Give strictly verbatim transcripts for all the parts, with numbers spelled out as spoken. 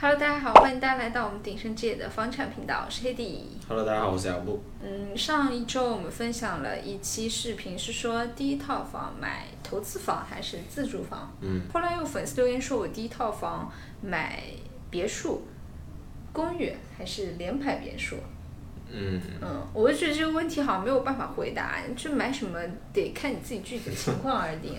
Hello，大家好，欢迎大家来到我们鼎盛置业的房产频道，我是黑迪。 Hello，大家好，我是小布。 嗯，上一周我们分享了一期视频，是说第一套房买投资房还是自住房。 嗯。 后来有粉丝留言说我第一套房买别墅、公寓还是联排别墅。 嗯嗯，我就觉得这个问题好像没有办法回答，就买什么得看你自己具体的情况而定。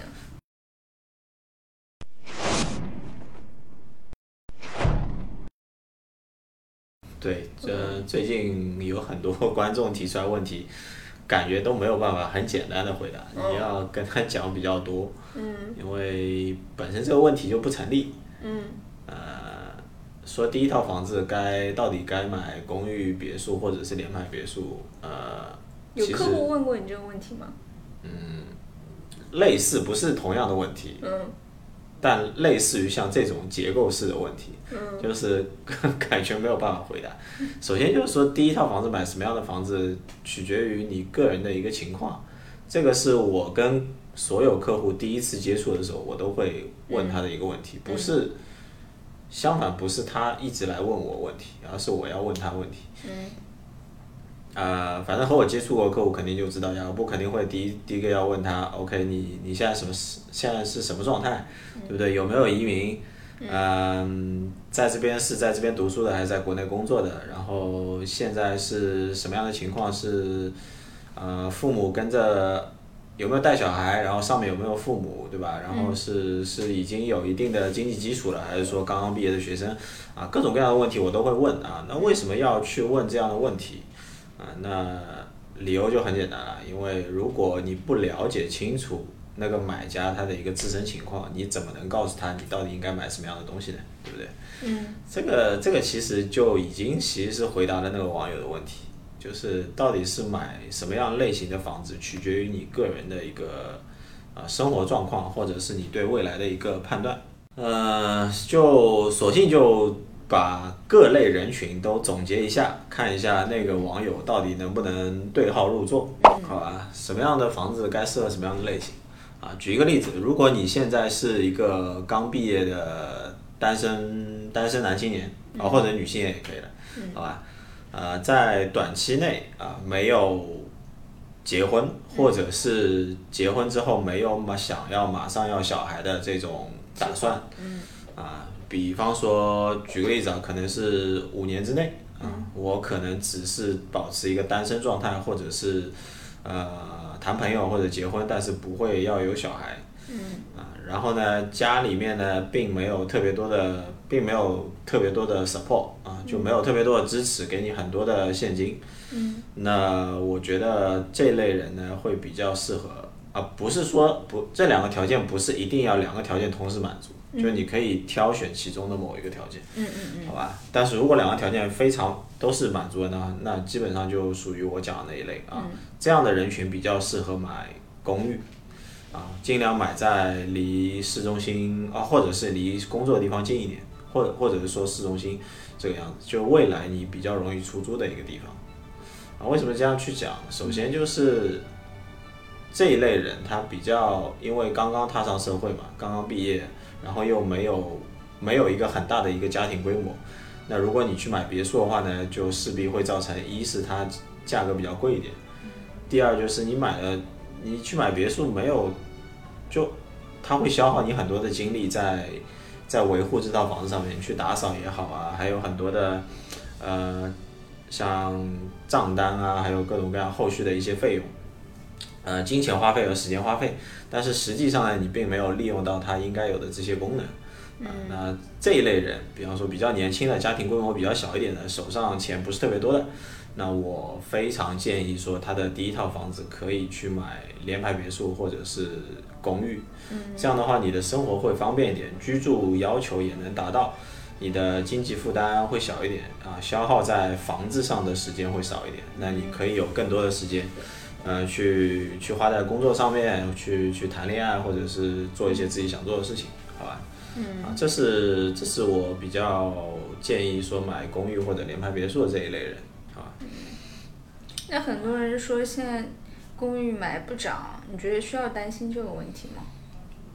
对，这最近有很多观众提出来问题，感觉都没有办法很简单的回答，你要跟他讲比较多。 嗯。 因为本身这个问题就不成立。 嗯。 呃，说第一套房子该到底该买公寓、别墅或者是联排别墅，呃， 有客户问过你这个问题吗？ 嗯，类似，不是同样的问题。 嗯。 但类似于像这种结构式的问题， 嗯、 就是感觉没有办法回答。首先就是说，第一套房子买什么样的房子，取决于你个人的一个情况。这个是我跟所有客户第一次接触的时候，我都会问他的一个问题， 嗯、 不是相反，不是他一直来问我问题，而是我要问他问题。 嗯。 呃，反正和我接触过的客户肯定就知道，雅各布肯定会第一第一个要问他 ，OK， 你你现在什么现在是什么状态，对不对？有没有移民？嗯、呃，在这边是在这边读书的，还是在国内工作的？然后现在是什么样的情况？是呃父母跟着有没有带小孩？然后上面有没有父母，对吧？然后是是已经有一定的经济基础了，还是说刚刚毕业的学生？啊，各种各样的问题我都会问啊。那为什么要去问这样的问题？啊，那理由就很简单了，因为如果你不了解清楚那个买家他的一个自身情况，你怎么能告诉他你到底应该买什么样的东西呢？对不对？ 嗯。这个这个其实就已经其实是回答了那个网友的问题，就是到底是买什么样类型的房子，取决于你个人的一个呃生活状况，或者是你对未来的一个判断。呃，就索性就把各类人群都总结一下，看一下那个网友到底能不能对号入座，好吧？什么样的房子该适合什么样的类型啊？举一个例子，如果你现在是一个刚毕业的单身单身男青年啊，或者女青年也可以了，好吧？呃，在短期内啊没有结婚，或者是结婚之后没有马想要马上要小孩的这种打算，啊。比方说，举个例子啊，可能是五年之内啊，我可能只是保持一个单身状态，或者是呃谈朋友或者结婚，但是不会要有小孩。嗯。啊，然后呢，家里面呢并没有特别多的，并没有特别多的 support 啊，就没有特别多的支持，给你很多的现金。嗯。那我觉得这类人呢会比较适合啊，不是说不这两个条件不是一定要两个条件同时满足。就是你可以挑选其中的某一个条件， 嗯嗯嗯， 好吧？但是如果两个条件非常都是满足的呢，那基本上就属于我讲的那一类啊。嗯、这样的人群比较适合买公寓，啊，尽量买在离市中心啊，或者是离工作的地方近一点，或者或者是说市中心这个样子，就未来你比较容易出租的一个地方。啊，为什么这样去讲？首先就是这一类人他比较，因为刚刚踏上社会嘛，刚刚毕业。然后又没有没有一个很大的一个家庭规模，那如果你去买别墅的话呢，就势必会造成一是它价格比较贵一点，第二就是你买了你去买别墅没有，就它会消耗你很多的精力在在维护这套房子上面，去打扫也好啊，还有很多的呃像账单啊，还有各种各样后续的一些费用。呃，金钱花费和时间花费，但是实际上呢，你并没有利用到它应该有的这些功能。啊、呃，那这一类人，比方说比较年轻的，家庭规模比较小一点的，手上钱不是特别多的，那我非常建议说，他的第一套房子可以去买联排别墅或者是公寓。嗯，这样的话，你的生活会方便一点，居住要求也能达到，你的经济负担会小一点啊，消耗在房子上的时间会少一点，那你可以有更多的时间。呃，去去花在工作上面，去去谈恋爱，或者是做一些自己想做的事情，好吧？嗯，啊，这是这是我比较建议说买公寓或者联排别墅的这一类人，好吧？ 嗯，那很多人说现在公寓买不涨，你觉得需要担心这个问题吗？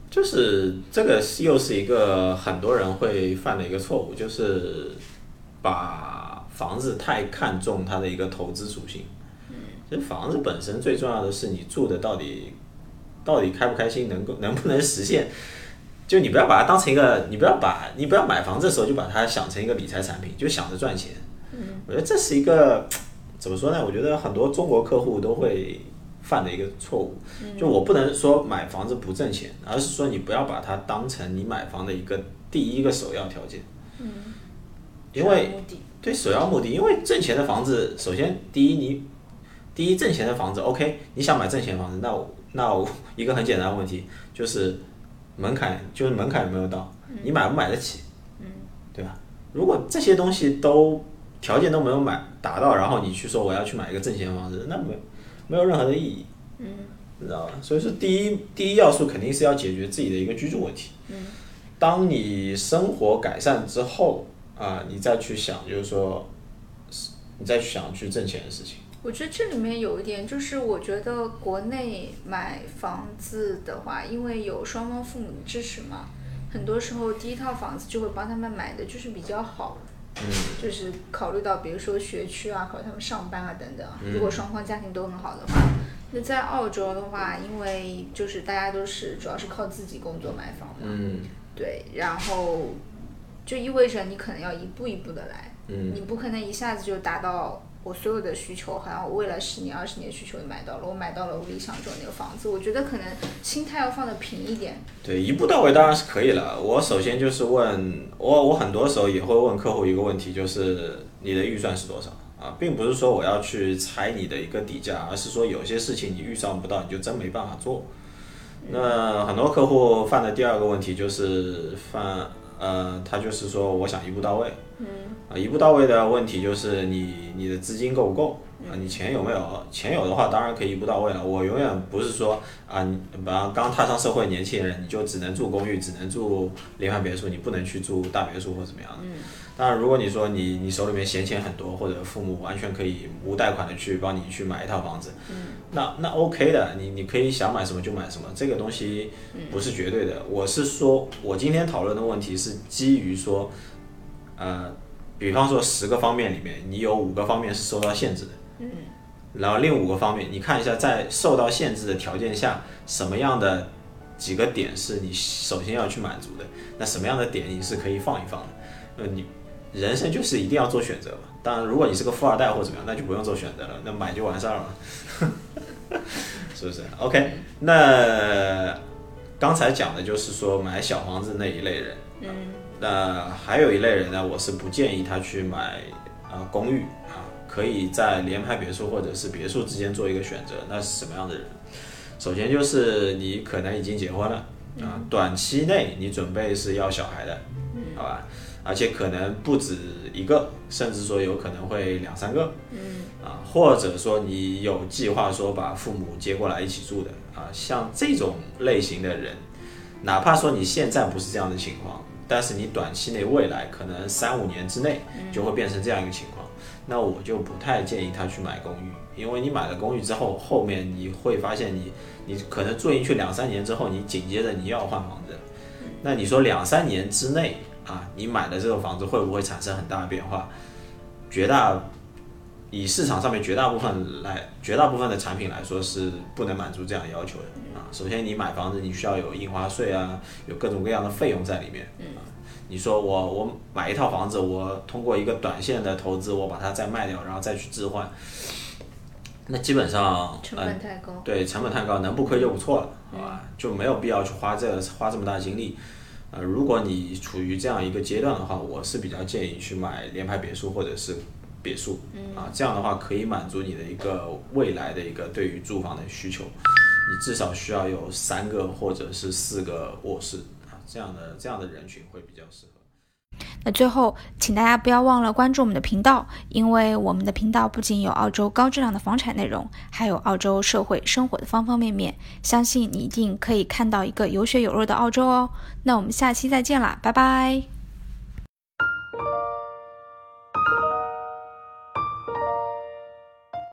就是这个又是一个很多人会犯的一个错误，就是把房子太看重它的一个投资属性。其实房子本身最重要的是你住的到底到底开不开心，能够能不能实现。就你不要把它当成一个，你不要把你不要买房子的时候就把它想成一个理财产品，就想着赚钱。嗯，我觉得这是一个怎么说呢？我觉得很多中国客户都会犯的一个错误。就我不能说买房子不挣钱，而是说你不要把它当成你买房的一个第一个首要条件。嗯，因为对首要目的，因为挣钱的房子，首先第一你第一挣钱的房子 ，OK， 你想买挣钱的房子，那我那我一个很简单的问题就是门槛，就是门槛有没有到，你买不买得起，嗯，对吧？如果这些东西都条件都没有买达到，然后你去说我要去买一个挣钱的房子，那没没有任何的意义，嗯，你知道吧？所以说第一第一要素肯定是要解决自己的一个居住问题，嗯，当你生活改善之后啊，你再去想，就是说，你再去想去挣钱的事情。 我觉得这里面有一点，就是我觉得国内买房子的话，因为有双方父母的支持嘛，很多时候第一套房子就会帮他们买的就是比较好，嗯，就是考虑到比如说学区啊，考虑他们上班啊等等，如果双方家庭都很好的话，那在澳洲的话，因为就是大家都是主要是靠自己工作买房嘛，嗯，对，然后就意味着你可能要一步一步的来，嗯，你不可能一下子就达到我所有的需求，好像我未来十年、二十年需求买到了，我买到了我理想中的那个房子。我觉得可能心态要放得平一点。 对，一步到位当然是可以了。我首先就是问我，我很多时候也会问客户一个问题，就是你的预算是多少啊？并不是说我要去猜你的一个底价，而是说有些事情你预算不到，你就真没办法做。那很多客户犯的第二个问题就是犯呃，他就是说我想一步到位。嗯，啊，一步到位的问题就是你你的资金够不够啊？你钱有没有？钱有的话，当然可以一步到位了。我永远不是说啊，你把刚踏上社会的年轻人，你就只能住公寓，只能住联排别墅，你不能去住大别墅或怎么样的。嗯，当然，如果你说你你手里面闲钱很多，或者父母完全可以无贷款的去帮你去买一套房子，嗯，那那 OK 的，你你可以想买什么就买什么，这个东西不是绝对的。我是说，我今天讨论的问题是基于说。呃，比方说十个方面里面，你有五个方面是受到限制的，嗯，然后另五个方面，你看一下在受到限制的条件下，什么样的几个点是你首先要去满足的，那什么样的点你是可以放一放的，呃，你人生就是一定要做选择嘛。当然，如果你是个富二代或怎么样，那就不用做选择了，那买就完事儿了，是不是 ？OK， 那刚才讲的就是说买小房子那一类人，嗯。那还有一类人呢，我是不建议他去买啊、呃、公寓啊，可以在联排别墅或者是别墅之间做一个选择。那是什么样的人？首先就是你可能已经结婚了啊，短期内你准备是要小孩的，好吧？而且可能不止一个，甚至说有可能会两三个，啊，或者说你有计划说把父母接过来一起住的啊，像这种类型的人，哪怕说你现在不是这样的情况。但是你短期内未来可能三五年之内就会变成这样一个情况，那我就不太建议他去买公寓，因为你买了公寓之后，后面你会发现你你可能住进去两三年之后，你紧接着你要换房子，那你说两三年之内啊，你买的这个房子会不会产生很大的变化？绝大以市场上面绝大部分来绝大部分的产品来说是不能满足这样的要求的啊。首先你买房子你需要有印花税啊，有各种各样的费用在里面啊。你说我我买一套房子，我通过一个短线的投资，我把它再卖掉，然后再去置换，那基本上成本太高， 呃、对，成本太高，能不亏就不错了，好吧？就没有必要去花这花这么大精力。呃，如果你处于这样一个阶段的话，我是比较建议去买联排别墅或者是别墅，啊，这样的话可以满足你的一个未来的一个对于住房的需求，你至少需要有三个或者是四个卧室啊，这样的这样的人群会比较适合。 那最后，请大家不要忘了关注我们的频道，因为我们的频道不仅有澳洲高质量的房产内容，还有澳洲社会生活的方方面面，相信你一定可以看到一个有血有肉的澳洲哦。那我们下期再见啦，拜拜。